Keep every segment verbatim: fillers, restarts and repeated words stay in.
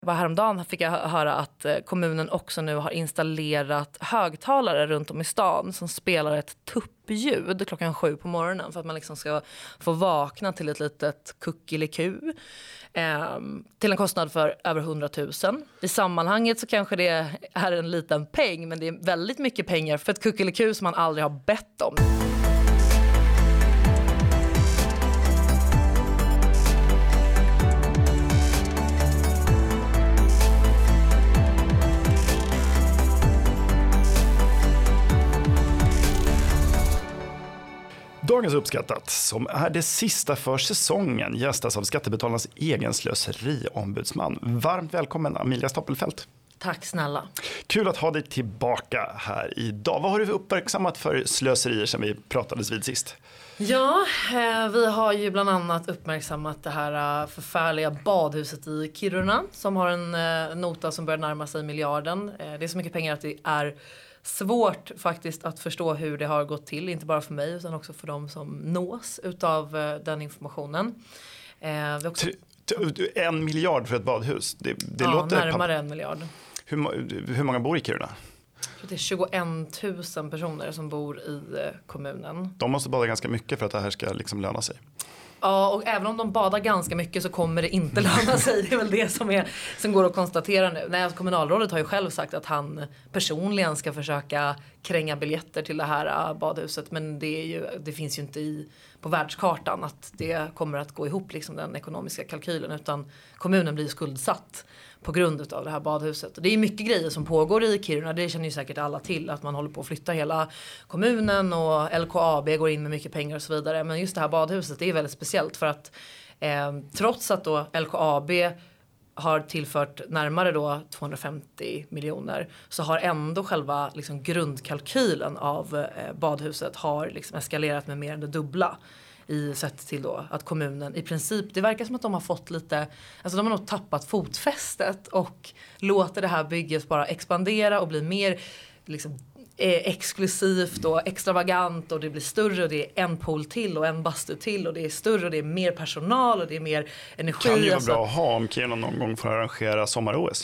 Bara häromdagen fick jag höra att kommunen också nu har installerat högtalare runt om i stan som spelar ett tuppljud klockan sju på morgonen för att man liksom ska få vakna till ett litet kuckeliku eh, till en kostnad för över hundratusen. I sammanhanget så kanske det är en liten peng, men det är väldigt mycket pengar för ett kuckeliku som man aldrig har bett om. Dagens uppskattat, som är det sista för säsongen, gästas av Skattebetalarnas egen slöseriombudsman. Varmt välkommen Amelia Stoppelfeldt. Tack snälla. Kul att ha dig tillbaka här idag. Vad har du uppmärksammat för slöserier som vi pratades vid sist? Ja, eh, vi har ju bland annat uppmärksammat det här förfärliga badhuset i Kiruna som har en eh, nota som börjar närma sig miljarden. Eh, det är så mycket pengar att det är svårt faktiskt att förstå hur det har gått till, inte bara för mig utan också för de som nås utav uh, den informationen. Eh, vi också... En miljard för ett badhus? Det, det ja, låter närmare en miljard. Hur, hur många bor i Kiruna? Det är tjugoett tusen personer som bor i uh, kommunen. De måste bada ganska mycket för att det här ska liksom löna sig. Ja, och även om de badar ganska mycket så kommer det inte löna sig. Det är väl det som, är, som går att konstatera nu. Nej, alltså kommunalrådet har ju själv sagt att han personligen ska försöka kränga biljetter till det här badhuset. Men det, är ju, det finns ju inte i, på världskartan att det kommer att gå ihop liksom, den ekonomiska kalkylen. Utan kommunen blir skuldsatt på grund av det här badhuset. Det är mycket grejer som pågår i Kiruna. Det känner ju säkert alla till. Att man håller på att flytta hela kommunen och L K A B går in med mycket pengar och så vidare. Men just det här badhuset, det är väldigt speciellt för att eh, trots att då L K A B har tillfört närmare då tvåhundrafemtio miljoner så har ändå själva liksom, grundkalkylen av eh, badhuset har liksom, eskalerat med mer än det dubbla. I sett till då att kommunen i princip, det verkar som att de har fått lite, alltså de har nog tappat fotfästet och låter det här bygget bara expandera och bli mer liksom eh, exklusivt och extravagant och det blir större och det är en pool till och en bastu till och det är större och det är mer personal och det är mer energi. Kan ju vara alltså. Bra att ha om Kiruna någon gång får arrangera sommar-O S.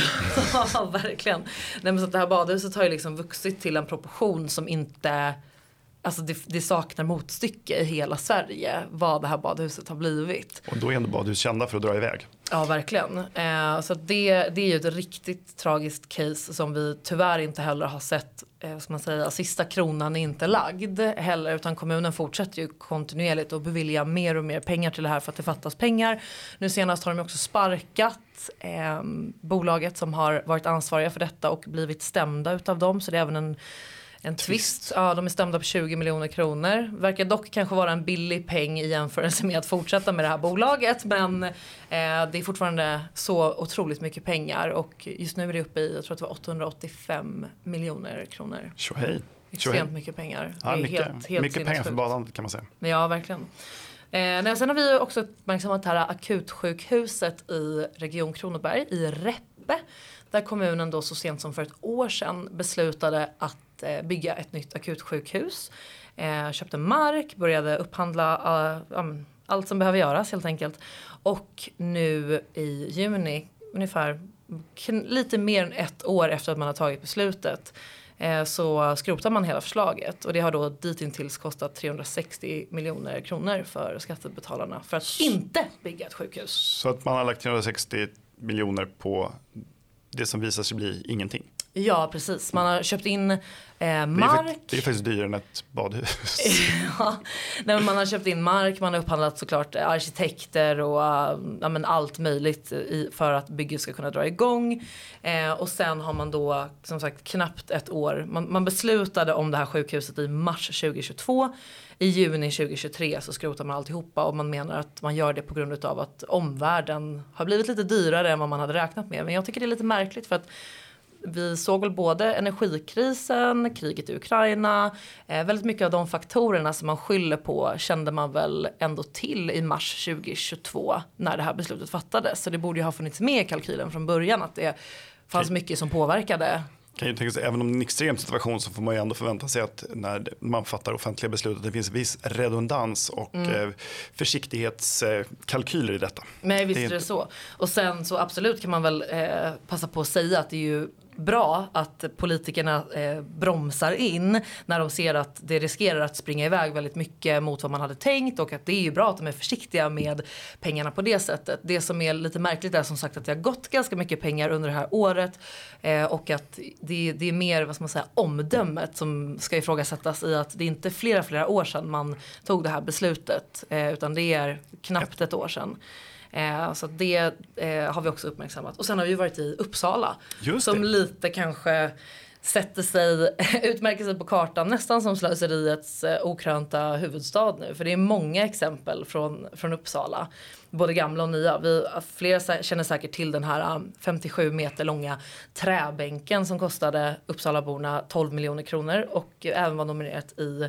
Ja, verkligen. Nej, men så att det här badhuset har ju liksom vuxit till en proportion som inte... Alltså det, det saknar motstycke i hela Sverige vad det här badhuset har blivit. Och då är ändå badhus kända för att dra iväg. Ja, verkligen. Eh, så det, det är ju ett riktigt tragiskt case som vi tyvärr inte heller har sett. Eh, ska man säga, sista kronan är inte lagd heller utan kommunen fortsätter ju kontinuerligt att bevilja mer och mer pengar till det här för att det fattas pengar. Nu senast har de också sparkat eh, bolaget som har varit ansvariga för detta och blivit stämda utav dem. Så det är även en En twist. Ja, de är stämda på tjugo miljoner kronor. Verkar dock kanske vara en billig peng i jämförelse med att fortsätta med det här bolaget. Men eh, det är fortfarande så otroligt mycket pengar. Och just nu är det uppe i, jag tror att det var åttahundraåttiofem miljoner kronor. Tjohej. Extremt mycket pengar. Ja, det är mycket helt, helt mycket pengar för badandet kan man säga. Ja, verkligen. Eh, nej, sen har vi också uppmärksammat det här akutsjukhuset i Region Kronoberg, i Räppe. Där kommunen då så sent som för ett år sedan beslutade att bygga ett nytt akutsjukhus. Eh, köpte mark, började upphandla uh, um, allt som behöver göras helt enkelt. Och nu i juni, ungefär k- lite mer än ett år efter att man har tagit beslutet, eh, så skrotar man hela förslaget. Och det har då ditintills kostat trehundrasextio miljoner kronor för skattebetalarna för att inte bygga ett sjukhus. Så att man har lagt trehundrasextio miljoner på det som visar sig bli ingenting. Ja, precis. Man har köpt in eh, mark. Det är, det är faktiskt dyrare än ett badhus. Ja, nej, men man har köpt in mark, man har upphandlat såklart arkitekter och uh, ja, men allt möjligt i, för att bygget ska kunna dra igång. Eh, och sen har man då som sagt knappt ett år. Man, man beslutade om det här sjukhuset i mars tjugohundratjugotvå. I juni tjugohundratjugotre så skrotar man alltihopa och man menar att man gör det på grund av att omvärlden har blivit lite dyrare än vad man hade räknat med. Men jag tycker det är lite märkligt för att vi såg väl både energikrisen, kriget i Ukraina, eh, väldigt mycket av de faktorerna som man skyller på kände man väl ändå till i mars tjugohundratjugotvå när det här beslutet fattades. Så det borde ju ha funnits med i kalkylen från början att det fanns mycket som påverkade Kan ju tänka sig, även om det är en extrem situation så får man ju ändå förvänta sig att när man fattar offentliga beslut att det finns viss redundans och mm. försiktighetskalkyler i detta. Men visst är det så. Och sen så absolut kan man väl eh, passa på att säga att det är ju bra att politikerna eh, bromsar in när de ser att det riskerar att springa iväg väldigt mycket mot vad man hade tänkt, och att det är ju bra att de är försiktiga med pengarna på det sättet. Det som är lite märkligt är som sagt att det har gått ganska mycket pengar under det här året eh, och att det, det är mer, vad ska man säga, omdömet som ska ifrågasättas i att det är inte flera flera år sedan man tog det här beslutet eh, utan det är knappt ett år sedan. Eh, så det eh, har vi också uppmärksammat. Och sen har vi varit i Uppsala. Som lite kanske sätter sig, utmärker sig på kartan nästan som slöseriets eh, okrönta huvudstad nu. För det är många exempel från, från Uppsala. Både gamla och nya. Vi, flera känner säkert till den här femtiosju meter långa träbänken som kostade Uppsalaborna tolv miljoner kronor. Och även var nominerat i...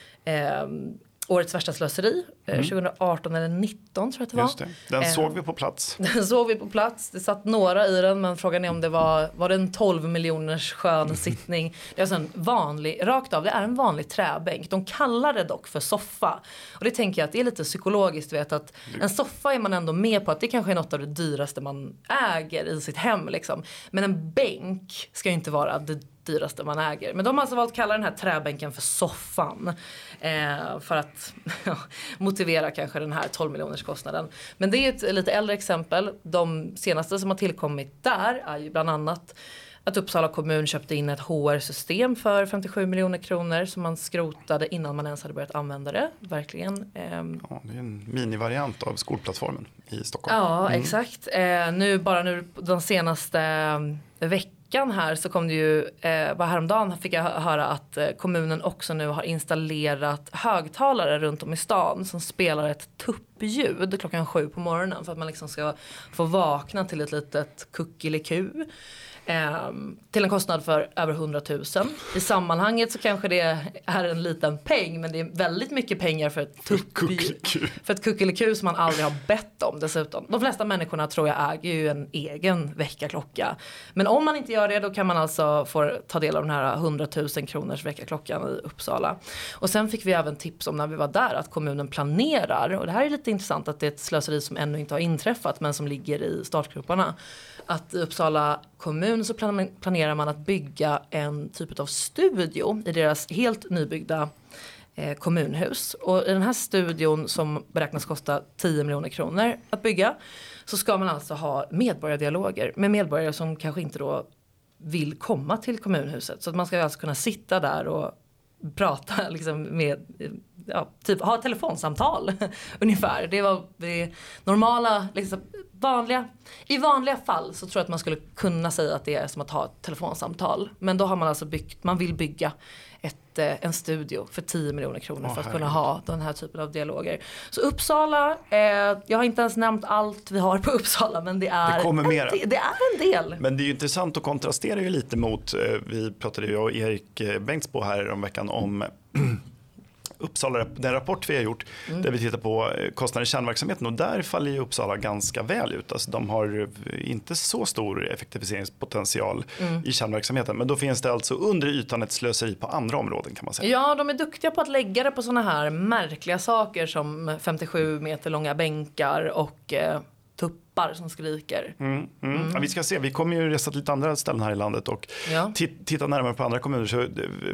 Eh, Årets värsta slöseri, mm. tjugoarton eller nitton tror jag att det var. Just det. Den eh, såg vi på plats. Den såg vi på plats. Det satt några i den, men frågan är om det var, var det en tolv miljoners skön sittning. Det är alltså en vanlig, rakt av, det är en vanlig träbänk. De kallar det dock för soffa. Och det tänker jag att det är lite psykologiskt, vet att en soffa är man ändå med på att det kanske är något av det dyraste man äger i sitt hem liksom. Men en bänk ska ju inte vara det dyraste man äger. Men de har alltså valt att kalla den här träbänken för soffan. Eh, för att ja, motivera kanske den här tolv miljoners kostnaden. Men det är ett lite äldre exempel. De senaste som har tillkommit där är ju bland annat att Uppsala kommun köpte in ett H R-system för femtiosju miljoner kronor som man skrotade innan man ens hade börjat använda det. Verkligen. Eh, ja, det är en minivariant av skolplattformen i Stockholm. Ja, mm. exakt. Eh, nu bara nu de senaste eh, veckorna här så kom det ju, eh, bara häromdagen fick jag höra att eh, kommunen också nu har installerat högtalare runt om i stan som spelar ett tuppljud klockan sju på morgonen för att man liksom ska få vakna till ett litet kuckeliku. Eh, till en kostnad för över hundratusen. I sammanhanget så kanske det är en liten peng, men det är väldigt mycket pengar för ett tuppljud. För ett kuckeliku som man aldrig har bett om dessutom. De flesta människorna tror jag äger ju en egen väckarklocka. Men om man inte gör det, då kan man alltså få ta del av den här hundratusen kronors väckarklockan i Uppsala. Och sen fick vi även tips om när vi var där att kommunen planerar, och det här är lite intressant att det är ett slöseri som ännu inte har inträffat men som ligger i startgroparna, att i Uppsala kommun så planerar man att bygga en typ av studio i deras helt nybyggda eh, kommunhus. Och i den här studion som beräknas kosta tio miljoner kronor att bygga så ska man alltså ha medborgardialoger med medborgare som kanske inte då vill komma till kommunhuset. Så att man ska alltså kunna sitta där och prata liksom med, ja, typ ha ett telefonsamtal ungefär. Det var det normala, liksom vanliga. I vanliga fall så tror jag att man skulle kunna säga att det är som att ha ett telefonsamtal. Men då har man alltså byggt, man vill bygga ett, en studio för tio miljoner kronor oh, för att kunna ha den här typen av dialoger. Så Uppsala, eh, jag har inte ens nämnt allt vi har på Uppsala, men det är, det kommer en, mera. det är en del. Men det är ju intressant och kontrasterar ju lite mot, vi pratade ju och Erik Bengtsbo här om veckan om Uppsala, den rapport vi har gjort mm. där vi tittar på kostnader i kärnverksamheten, och där faller ju Uppsala ganska väl ut. Alltså de har inte så stor effektiviseringspotential mm. i kärnverksamheten, men då finns det alltså under ytan ett slöseri på andra områden kan man säga. Ja, de är duktiga på att lägga det på såna här märkliga saker som femtiosju meter långa bänkar och eh, tuppar som skriker. Mm, mm. Mm. Ja, vi ska se, vi kommer ju resa till lite andra ställen här i landet och ja. t- titta närmare på andra kommuner. Så,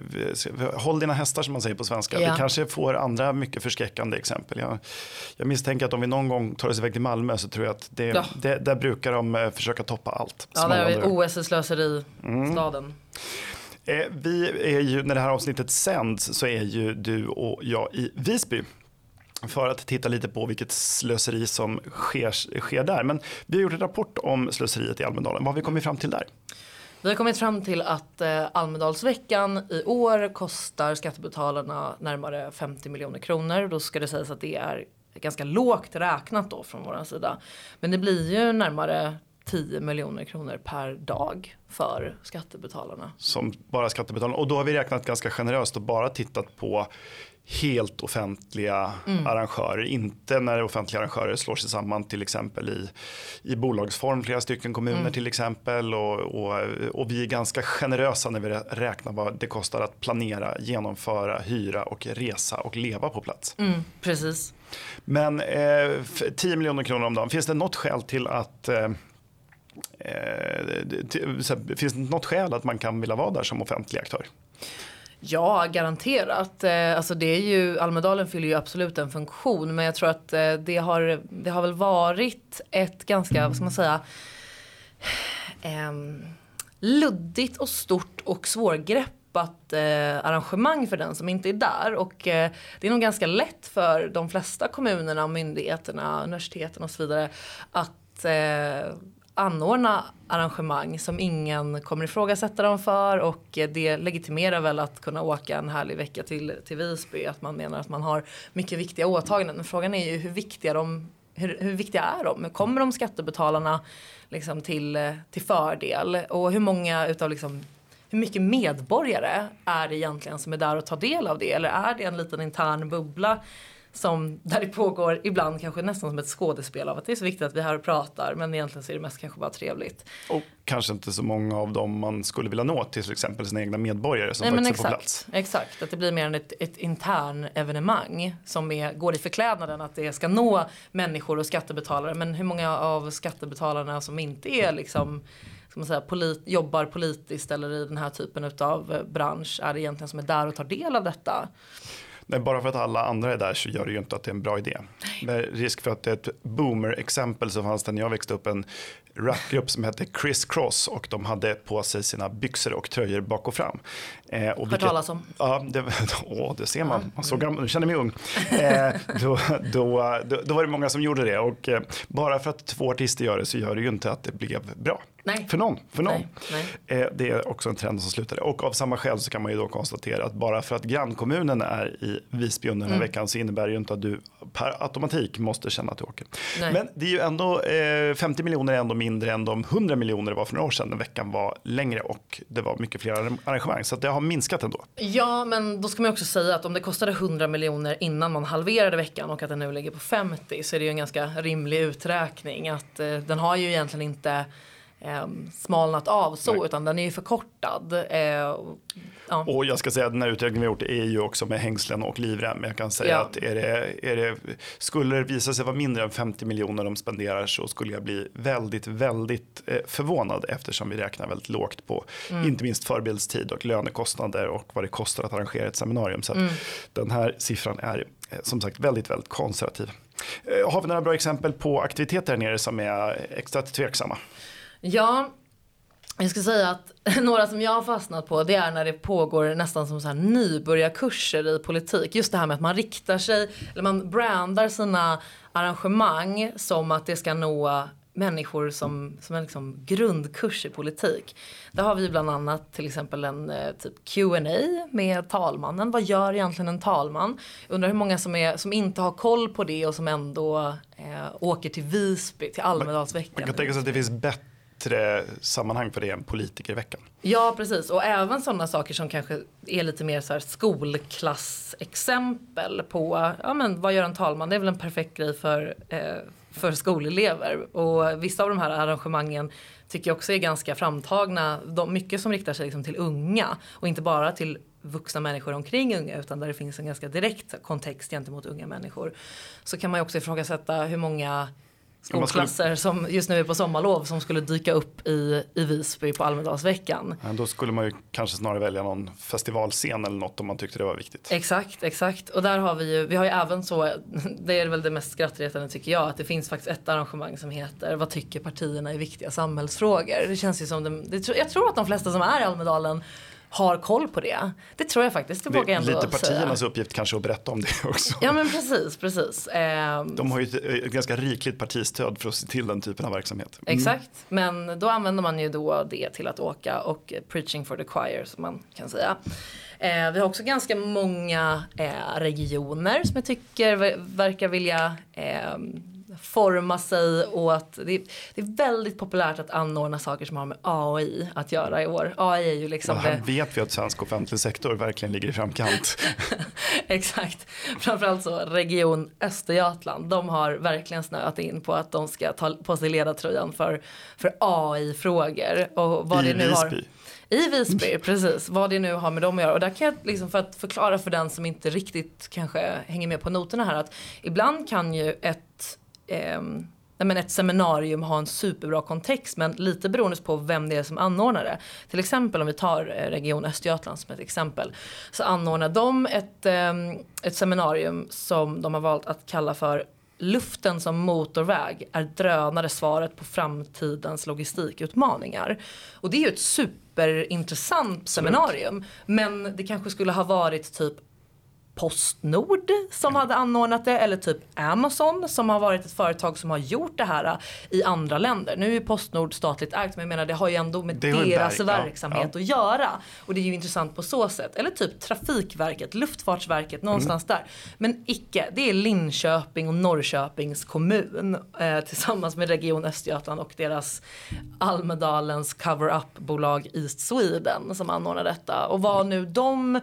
håll dina hästar som man säger på svenska. Ja. Vi kanske får andra mycket förskräckande exempel. Jag, jag misstänker att om vi någon gång tar oss iväg till Malmö så tror jag att det, ja. det, där brukar de försöka toppa allt. Ja, där är O S-slöseri-staden. Mm. Eh, vi är ju, när det här avsnittet sänds så är ju du och jag i Visby för att titta lite på vilket slöseri som sker, sker där. Men vi har gjort en rapport om slöseriet i Almedalen. Vad har vi kommit fram till där? Vi har kommit fram till att eh, Almedalsveckan i år kostar skattebetalarna närmare femtio miljoner kronor. Då ska det sägas att det är ganska lågt räknat då från vår sida. Men det blir ju närmare tio miljoner kronor per dag för skattebetalarna. Som bara skattebetalarna. Och då har vi räknat ganska generöst och bara tittat på helt offentliga mm. arrangörer. Inte när offentliga arrangörer slår sig samman till exempel i, i bolagsform, flera stycken kommuner mm. till exempel. Och, och, och vi är ganska generösa när vi räknar vad det kostar att planera, genomföra, hyra och resa och leva på plats. Mm, precis. Men eh, tio miljoner kronor om dagen, finns det något skäl till att eh, eh, finns det något skäl att man kan vilja vara där som offentlig aktör? Ja, garanterat. Alltså det är ju, Almedalen fyller ju absolut en funktion, men jag tror att det har, det har väl varit ett ganska, vad ska man säga, eh, luddigt och stort och svårgreppat eh, arrangemang för den som inte är där. Och eh, det är nog ganska lätt för de flesta kommunerna, myndigheterna, universiteten och så vidare att eh, anordna arrangemang som ingen kommer ifrågasätta dem för, och det legitimerar väl att kunna åka en härlig vecka till, till Visby, att man menar att man har mycket viktiga åtaganden. Men frågan är ju hur viktiga de, hur, hur viktiga är de? Kommer de skattebetalarna liksom till, till fördel? Och hur många utav liksom, hur mycket medborgare är det egentligen som är där och tar del av det? Eller är det en liten intern bubbla som, där det pågår ibland kanske nästan som ett skådespel av att det är så viktigt att vi här och pratar, men egentligen så är det mest kanske bara trevligt. Och kanske inte så många av dem man skulle vilja nå till, till exempel sina egna medborgare som Nej, faktiskt men exakt, är på plats. Exakt, att det blir mer än ett, ett intern evenemang som är, går i förklädnaden att det ska nå människor och skattebetalare, men hur många av skattebetalarna som inte är liksom, ska man säga, polit, jobbar politiskt eller i den här typen av bransch är det egentligen som är där och tar del av detta? Nej, bara för att alla andra är där så gör det ju inte att det är en bra idé. Med risk för att det är ett boomer-exempel så fanns det när jag växte upp en rapgrupp som hette Criss Cross och de hade på sig sina byxor och tröjor bak och fram. Eh, och Hört talas om. Ja, det, åh, det ser man. Man så gammal, känner mig ung. Eh, då, då, då, då var det många som gjorde det och eh, bara för att två artister gör det så gör det ju inte att det blev bra. Nej. För någon. För någon. Nej, nej. Eh, det är också en trend som slutade. Och av samma skäl så kan man ju då konstatera att bara för att grannkommunen är i Visby under den här mm. veckan så innebär det ju inte att du per automatik måste känna att du åker. Nej. Men det är ju ändå, eh, femtio miljoner är ändå mindre än de hundra miljoner det var för några år sedan när veckan var längre och det var mycket fler arrangemang. Så att det har minskat ändå. Ja, men då ska man också säga att om det kostade hundra miljoner innan man halverade veckan och att den nu ligger på femtio så är det ju en ganska rimlig uträkning. Att eh, den har ju egentligen inte Eh, smalnat av så, Nej. Utan den är ju förkortad. Eh, ja. Och jag ska säga att den här uträkningen vi har gjort är ju också med hängslen och livrem. Men jag kan säga ja. att är det, är det, skulle det visa sig vara mindre än femtio miljoner de spenderar så skulle jag bli väldigt, väldigt eh, förvånad eftersom vi räknar väldigt lågt på mm. inte minst förbildstid och lönekostnader och vad det kostar att arrangera ett seminarium. Så att mm. den här siffran är eh, som sagt väldigt, väldigt konservativ. Eh, har vi några bra exempel på aktiviteter här nere som är extra tveksamma? Ja, jag ska säga att några som jag har fastnat på det är när det pågår nästan som så här nybörjarkurser i politik. Just det här med att man riktar sig, eller man brandar sina arrangemang som att det ska nå människor som, som en liksom grundkurs i politik. Där har vi bland annat till exempel en typ Q and A med talmannen. Vad gör egentligen en talman? Jag undrar hur många som, är, som inte har koll på det och som ändå eh, åker till Visby, till Almedalsveckan. Man kan tänka sig att det finns bättre sammanhang för det än politikerveckan. Ja, precis. Och även sådana saker som kanske är lite mer så här skolklassexempel på, ja men vad gör en talman? Det är väl en perfekt grej för, eh, för skolelever. Och vissa av de här arrangemangen tycker jag också är ganska framtagna. De, mycket som riktar sig liksom till unga och inte bara till vuxna människor omkring unga utan där det finns en ganska direkt kontext gentemot unga människor. Så kan man ju också ifrågasätta hur många skolklasser som just nu är på sommarlov som skulle dyka upp i, i Visby på Almedalsveckan. Ja, då skulle man ju kanske snarare välja någon festivalscen eller något om man tyckte det var viktigt. Exakt, exakt. Och där har vi ju, vi har ju även så, det är väl det mest skrattretande tycker jag, att det finns faktiskt ett arrangemang som heter Vad tycker partierna är viktiga samhällsfrågor? Det känns ju som, det, det, jag tror att de flesta som är i Almedalen har koll på det. Det tror jag faktiskt. Det, det är lite partiernas säga. Uppgift kanske att berätta om det också. Ja men precis, precis. Um, De har ju ett, ett ganska rikligt partistöd för att se till den typen av verksamhet. Mm. Exakt, men då använder man ju då det till att åka och preaching for the choir som man kan säga. Eh, vi har också ganska många eh, regioner som jag tycker verkar vilja eh, forma sig åt, det är, det är väldigt populärt att anordna saker som har med A I att göra i år. A I är ju liksom och här det. vet vi att svensk offentlig sektor verkligen ligger i framkant. Exakt, framförallt så Region Östergötland, de har verkligen snöat in på att de ska ta på sig ledartröjan för, för A I-frågor. Och vad I det nu Visby. har I Visby, precis. Vad det nu har med dem att göra. Och där kan jag liksom, för att förklara för den som inte riktigt kanske hänger med på noterna här, att ibland kan ju ett, eh, nej men ett seminarium ha en superbra kontext, men lite beroende på vem det är som anordnar det. Till exempel om vi tar Region Östergötland som ett exempel, så anordnar de ett, eh, ett seminarium som de har valt att kalla för Luften som motorväg är drönare svaret på framtidens logistikutmaningar. Och det är ju ett superintressant seminarium. Men det kanske skulle ha varit typ Postnord som hade anordnat det, eller typ Amazon som har varit ett företag som har gjort det här i andra länder. Nu är Postnord statligt ägt, men jag menar det har ju ändå med deras berg, verksamhet ja, ja. att göra. Och det är ju intressant på så sätt. Eller typ Trafikverket, Luftfartsverket, någonstans mm. där. Men icke, det är Linköping och Norrköpings kommun eh, tillsammans med Region Östergötland och deras Almedalens cover-up-bolag East Sweden som anordnar detta. Och vad nu de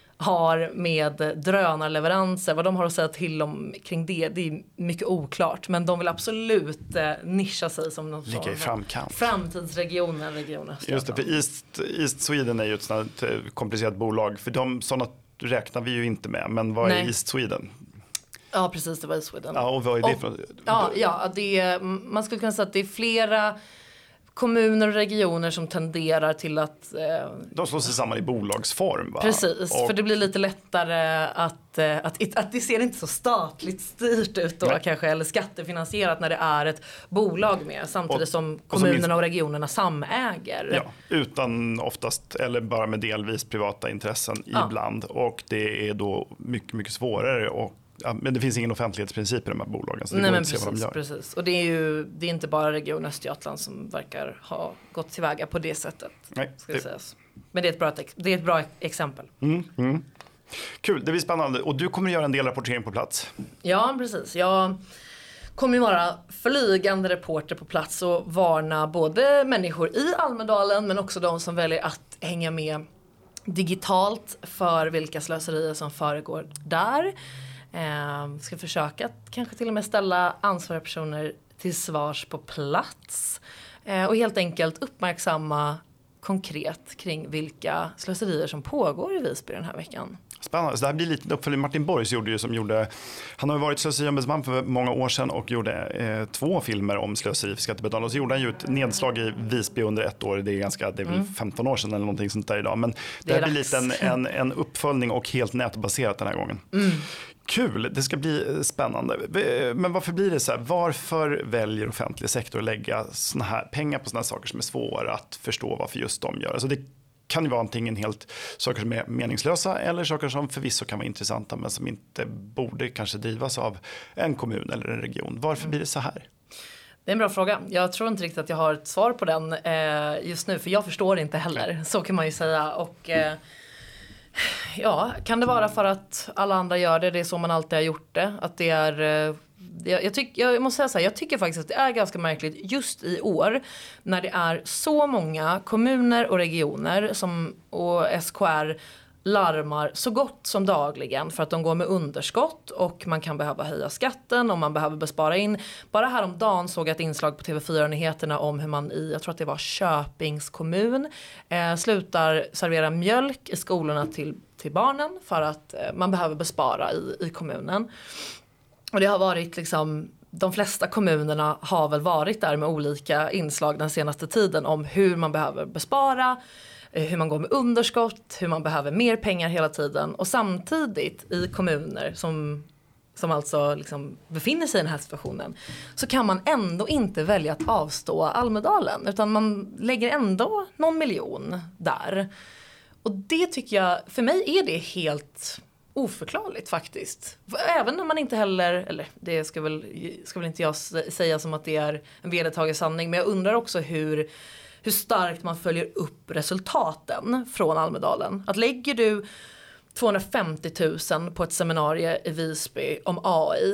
har med drönarleveranser, vad de har att säga till om kring det, det är mycket oklart. Men de vill absolut eh, nischa sig som någon ligga i framkant. Framtidsregionen, regionen. Just det, för East, East Sweden är ju ett sådant komplicerat bolag. För de, sådana räknar vi ju inte med. Men vad Nej. är East Sweden? Ja, precis, det var East Sweden. Ja, och vad är det och, för? Ja, ja det är, man skulle kunna säga att det är flera kommuner och regioner som tenderar till att eh, de slår sig samman i bolagsform, va? Precis, och för det blir lite lättare att, att, att, att det ser inte så statligt styrt ut då, kanske, eller skattefinansierat när det är ett bolag med, samtidigt och, som kommunerna och, som och regionerna samäger. Ja, utan oftast, eller bara med delvis privata intressen ja. ibland, och det är då mycket, mycket svårare och ja, men det finns ingen offentlighetsprincip i de här bolagen, så det Nej, går men inte precis, se vad de gör. Precis. Och det är ju det är inte bara Region Östergötland som verkar ha gått tillväga på det sättet. Nej, ska det... sägas. Men det är ett bra, det är ett bra exempel. Mm, mm. Kul, det blir spännande. Och du kommer att göra en del rapportering på plats. Ja, precis. Jag kommer ju vara flygande reporter på plats och varna både människor i Almedalen men också de som väljer att hänga med digitalt för vilka slöserier som föregår där. Eh, ska försöka att kanske till och med ställa ansvariga personer till svars på plats. Eh, och helt enkelt uppmärksamma konkret kring vilka slöserier som pågår i Visby den här veckan. Spännande. Så det här blir lite uppföljning. Martin Borgs gjorde ju som gjorde, han har ju varit slöseriombudsman för många år sedan och gjorde eh, två filmer om slöseri för skattebetalarna. Och så gjorde han ju ett nedslag i Visby under ett år. Det är ganska, det är väl mm. femton år sedan eller någonting sånt där idag. Men det, det blir lite en, en, en uppföljning och helt nätbaserat den här gången. Mm. Kul, det ska bli spännande. Men varför blir det så här? Varför väljer offentlig sektor att lägga såna här pengar på såna här saker som är svåra att förstå varför just de gör? Alltså det kan ju vara antingen helt saker som är meningslösa eller saker som förvisso kan vara intressanta men som inte borde kanske drivas av en kommun eller en region. Varför mm. blir det så här? Det är en bra fråga. Jag tror inte riktigt att jag har ett svar på den eh, just nu, för jag förstår inte heller. Så kan man ju säga. Och eh, ja, kan det vara för att alla andra gör det? Det är så man alltid har gjort det. Att det är... Eh, Jag, jag, tyck, jag måste säga så här, jag tycker faktiskt att det är ganska märkligt just i år när det är så många kommuner och regioner som, och S K R larmar så gott som dagligen för att de går med underskott och man kan behöva höja skatten och man behöver bespara in. Bara häromdagen såg jag ett inslag på T V fyra-nyheterna om hur man i, jag tror att det var Köpings kommun, eh, slutar servera mjölk i skolorna till, till barnen för att eh, man behöver bespara i, i kommunen. Och det har varit liksom, de flesta kommunerna har väl varit där med olika inslag den senaste tiden om hur man behöver bespara, hur man går med underskott, hur man behöver mer pengar hela tiden. Och samtidigt i kommuner som, som alltså liksom befinner sig i den här situationen så kan man ändå inte välja att avstå Almedalen, utan man lägger ändå någon miljon där. Och det tycker jag, för mig är det helt oförklarligt faktiskt. Även när man inte heller, eller det ska väl, ska väl inte jag säga som att det är en vedertagen sanning, men jag undrar också hur, hur starkt man följer upp resultaten från Almedalen. Att lägger du tvåhundrafemtio tusen på ett seminarium i Visby om A I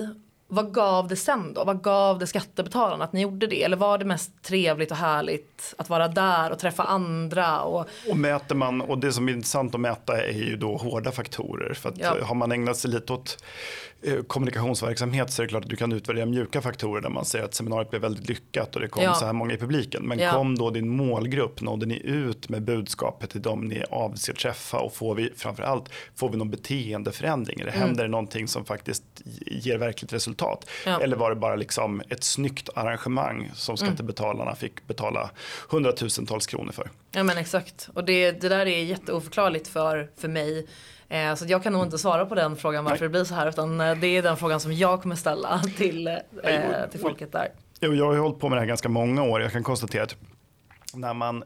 vad gav det sen då? Vad gav det skattebetalarna att ni gjorde det? Eller var det mest trevligt och härligt att vara där och träffa andra? Och, och mäter man, och det som är intressant att mäta är ju då hårda faktorer. För att ja. har man ägnat sig lite åt eh, kommunikationsverksamhet så är det klart att du kan utvärdera mjuka faktorer där man säger att seminariet blev väldigt lyckat och det kom ja. så här många i publiken. Men ja. kom då din målgrupp, nådde ni ut med budskapet till dem ni avser träffa och får vi framförallt får vi någon beteendeförändring? Eller mm. händer det någonting som faktiskt ger verkligt resultat? Ja. Eller var det bara liksom ett snyggt arrangemang som skattebetalarna mm. fick betala hundratusentals kronor för? Ja men exakt. Och det, det där är jätteoförklarligt för, för mig. Eh, så jag kan nog inte svara på den frågan varför Nej. det blir så här. Utan det är den frågan som jag kommer ställa till, eh, till folket där. Jo, jag har ju hållit på med det här ganska många år. Jag kan konstatera att när man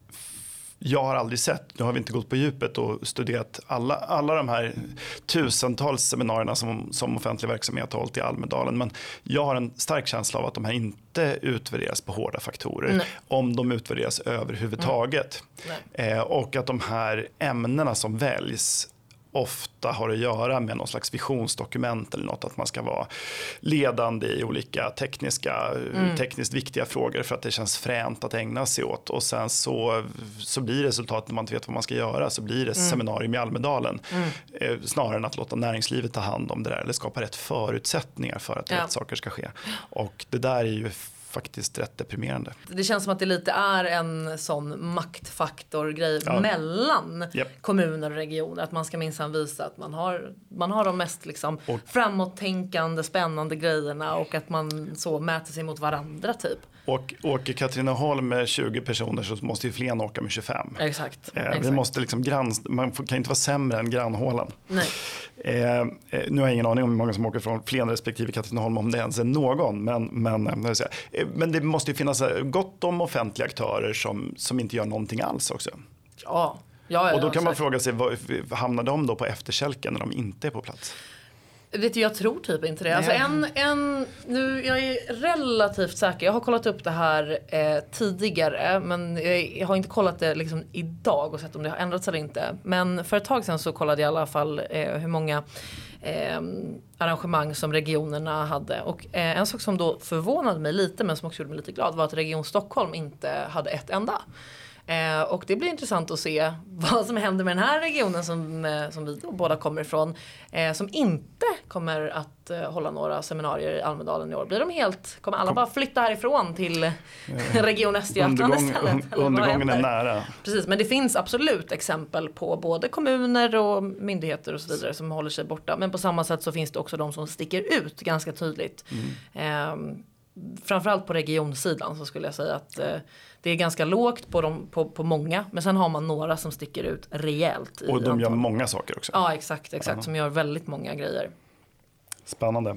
Jag har aldrig sett, nu har vi inte gått på djupet och studerat alla, alla de här tusentals seminarierna som, som offentlig verksamhet har hållit i Almedalen. Men jag har en stark känsla av att de här inte utvärderas på hårda faktorer. Nej. Om de utvärderas överhuvudtaget. Eh, och att de här ämnena som väljs ofta har att göra med någon slags visionsdokument eller något, att man ska vara ledande i olika tekniska, mm. tekniskt viktiga frågor för att det känns fränt att ägna sig åt. Och sen så, så blir resultatet när man inte vet vad man ska göra så blir det mm. seminarium i Almedalen mm. eh, snarare än att låta näringslivet ta hand om det där eller skapa rätt förutsättningar för att ja. rätt saker ska ske. Och det där är ju faktiskt rätt deprimerande. Det känns som att det lite är en sån maktfaktorgrej ja. mellan yep. kommuner och regioner. Att man ska minsann visa att man har, man har de mest liksom och, framåttänkande, spännande grejerna och att man så mäter sig mot varandra typ. Och åker Katrineholm med tjugo personer så måste ju Flen åka med tjugofem. Exakt. Eh, exakt. Vi måste liksom grann, man kan inte vara sämre än grannhålan. Nej. Eh, nu har jag ingen aning om hur många som åker från Flen respektive Katrineholm, om det ens är någon. Men, men, eh, men det måste ju finnas gott om offentliga aktörer som, som inte gör någonting alls också. Ja. Ja, ja, och då kan ja, man fråga sig, vad, hamnar de då på efterkälken när de inte är på plats? Vet du, jag tror typ inte det. Alltså en, en, nu, jag är relativt säker. Jag har kollat upp det här eh, tidigare. Men jag har inte kollat det liksom idag och sett om det har ändrats eller inte. Men för ett tag sedan så kollade jag i alla fall eh, hur många eh, arrangemang som regionerna hade. Och eh, en sak som då förvånade mig lite men som också gjorde mig lite glad var att Region Stockholm inte hade ett enda. Eh, och det blir intressant att se vad som händer med den här regionen som, eh, som vi då båda kommer ifrån. Eh, som inte kommer att eh, hålla några seminarier i Almedalen i år. Blir de helt, kommer alla Kom. bara flytta härifrån till eh, Region Östergötland istället? Undergången är nära. Precis, men det finns absolut exempel på både kommuner och myndigheter och så vidare som håller sig borta. Men på samma sätt så finns det också de som sticker ut ganska tydligt. Mm. Eh, framförallt på regionsidan så skulle jag säga att eh, det är ganska lågt på, dem, på, på många. Men sen har man några som sticker ut rejält. Och de gör många saker också. Ja, exakt. exakt uh-huh. Som gör väldigt många grejer. Spännande.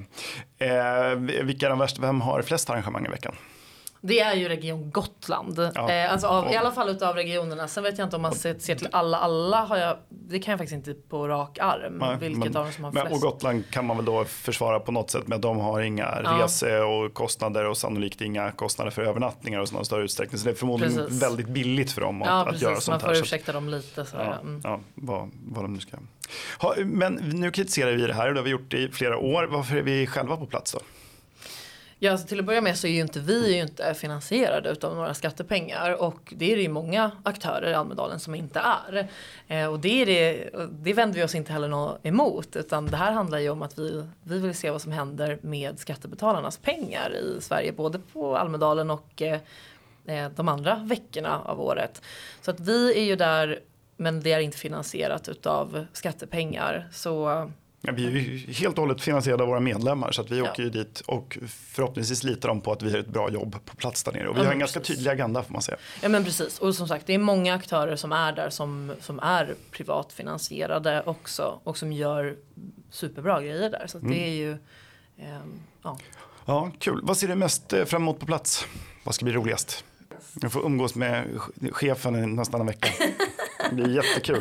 Eh, vilka är de värsta? Vem har flest arrangemang i veckan? Det är ju Region Gotland. Ja. Eh, alltså av, i alla fall utav regionerna. Sen vet jag inte om man ser, ser till alla. Alla har jag, det kan jag faktiskt inte på rak arm. Nej, vilket men, av dem som har flest. Men, och Gotland kan man väl då försvara på något sätt med att de har inga ja. rese- och kostnader och sannolikt inga kostnader för övernattningar och sådana större utsträckning. Så det är förmodligen precis. väldigt billigt för dem att, ja, att göra sånt här. Man får ursäkta dem lite. Så ja, mm. ja, vad, vad de nu ska. Ha, men nu kritiserar vi det här och det har vi gjort i flera år. Varför är vi själva på plats då? Ja, alltså till att börja med så är ju inte vi är ju inte finansierade utav några skattepengar och det är det ju många aktörer i Almedalen som inte är. Eh, och det, är det, det vänder vi oss inte heller något emot utan det här handlar ju om att vi, vi vill se vad som händer med skattebetalarnas pengar i Sverige både på Almedalen och eh, de andra veckorna av året. Så att vi är ju där men det är inte finansierat utav skattepengar så... Ja, vi är ju helt och hållet finansierade av våra medlemmar så att vi ja. åker ju dit och förhoppningsvis litar de på att vi har ett bra jobb på plats där nere. Och vi ja, har en precis. ganska tydlig agenda får man säga. Ja men precis och som sagt det är många aktörer som är där som, som är privatfinansierade också och som gör superbra grejer där så att mm. det är ju eh, ja. Ja, kul. Vad ser du mest fram emot på plats? Vad ska bli roligast? Jag får umgås med chefen i nästan en vecka. Det blir jättekul.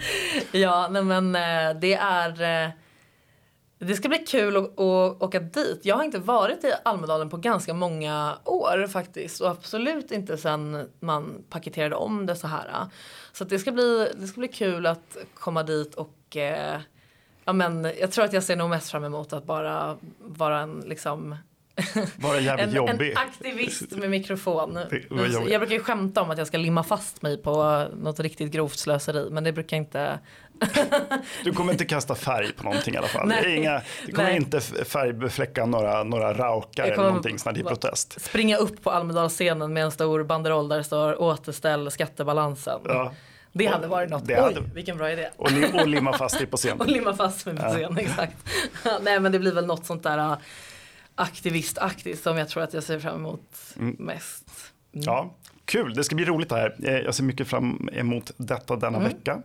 Ja, nej, men det är... Det ska bli kul att, att åka dit. Jag har inte varit i Almedalen på ganska många år faktiskt. Och absolut inte sen man paketerade om det så här. Så att det, ska bli, det ska bli kul att komma dit och... ja, men jag tror att jag ser nog mest fram emot att bara vara en liksom Bara jävligt en, jobbig. en aktivist med mikrofon. Det Jag brukar ju skämta om att jag ska limma fast mig på något riktigt grovt slöseri, men det brukar inte... Du kommer inte kasta färg på någonting i alla fall. Nej. Inga, du kommer Nej. inte färgbefläcka några, några raukar eller någonting sånt i protest. Springa upp på Almedalsscenen med en stor banderoll där det står återställ skattebalansen. Ja. Det hade varit något. Det hade... Oj, vilken bra idé. Och, lim, och limma fast dig på scen. Och limma fast mig på Ja. scen, exakt. Nej, men det blir väl något sånt där uh, aktivistaktigt som jag tror att jag ser fram emot Mm. mest. Mm. Ja, kul. Det ska bli roligt här. Eh, Jag ser mycket fram emot detta denna Mm. vecka.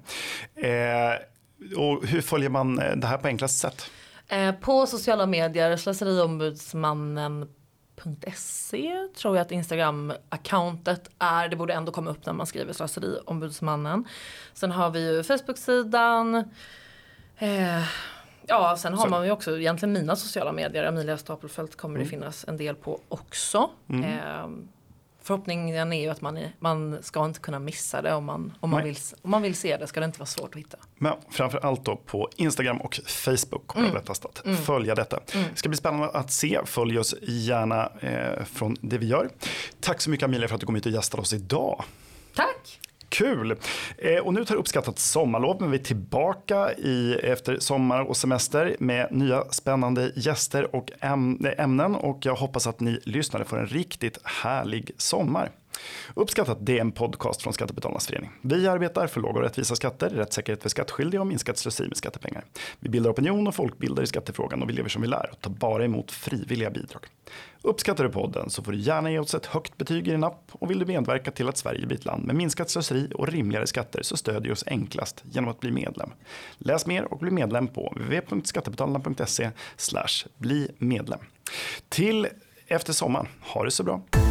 Eh, och hur följer man eh, det här på enklast sätt? Eh, på sociala medier, slöseriombudsmannen punkt se tror jag att Instagram-accountet är. Det borde ändå komma upp när man skriver slöseriombudsmannen. Sen har vi ju Facebook-sidan. Eh, ja, sen har Så. man ju också egentligen mina sociala medier. Emilia Stapelfelt kommer Mm. det finnas en del på också. Mm. Eh, förhoppningen är ju att man, man ska inte kunna missa det. Om man, om, man Nej. vill, om man vill se det ska det inte vara svårt att hitta. Men framför allt då på Instagram och Facebook kommer Mm. det lättast att Mm. följa detta. Mm. Det ska bli spännande att se. Följ oss gärna eh, från det vi gör. Tack så mycket Amelia för att du kom hit och gästade oss idag. Tack! Kul! Eh, och nu tar uppskattat sommarlov, men vi är tillbaka i, efter sommar och semester med nya spännande gäster och äm- ämnen. Och jag hoppas att ni lyssnare får en riktigt härlig sommar. Uppskattat, det är en podcast från Skattebetalarnas förening. Vi arbetar för låga och rättvisa skatter, rättssäkerhet för skattskyldiga och minskat slöseri med skattepengar. Vi bildar opinion och folkbildar i skattefrågan och vi lever som vi lär och tar bara emot frivilliga bidrag. Uppskattar du podden så får du gärna ge oss ett högt betyg i din app och vill du medverka till att Sverige blir ett land med minskat slöseri och rimligare skatter så stödjer du oss enklast genom att bli medlem. Läs mer och bli medlem på w w w punkt skattebetalarna punkt se slash bli medlem. Till efter sommaren, ha det så bra!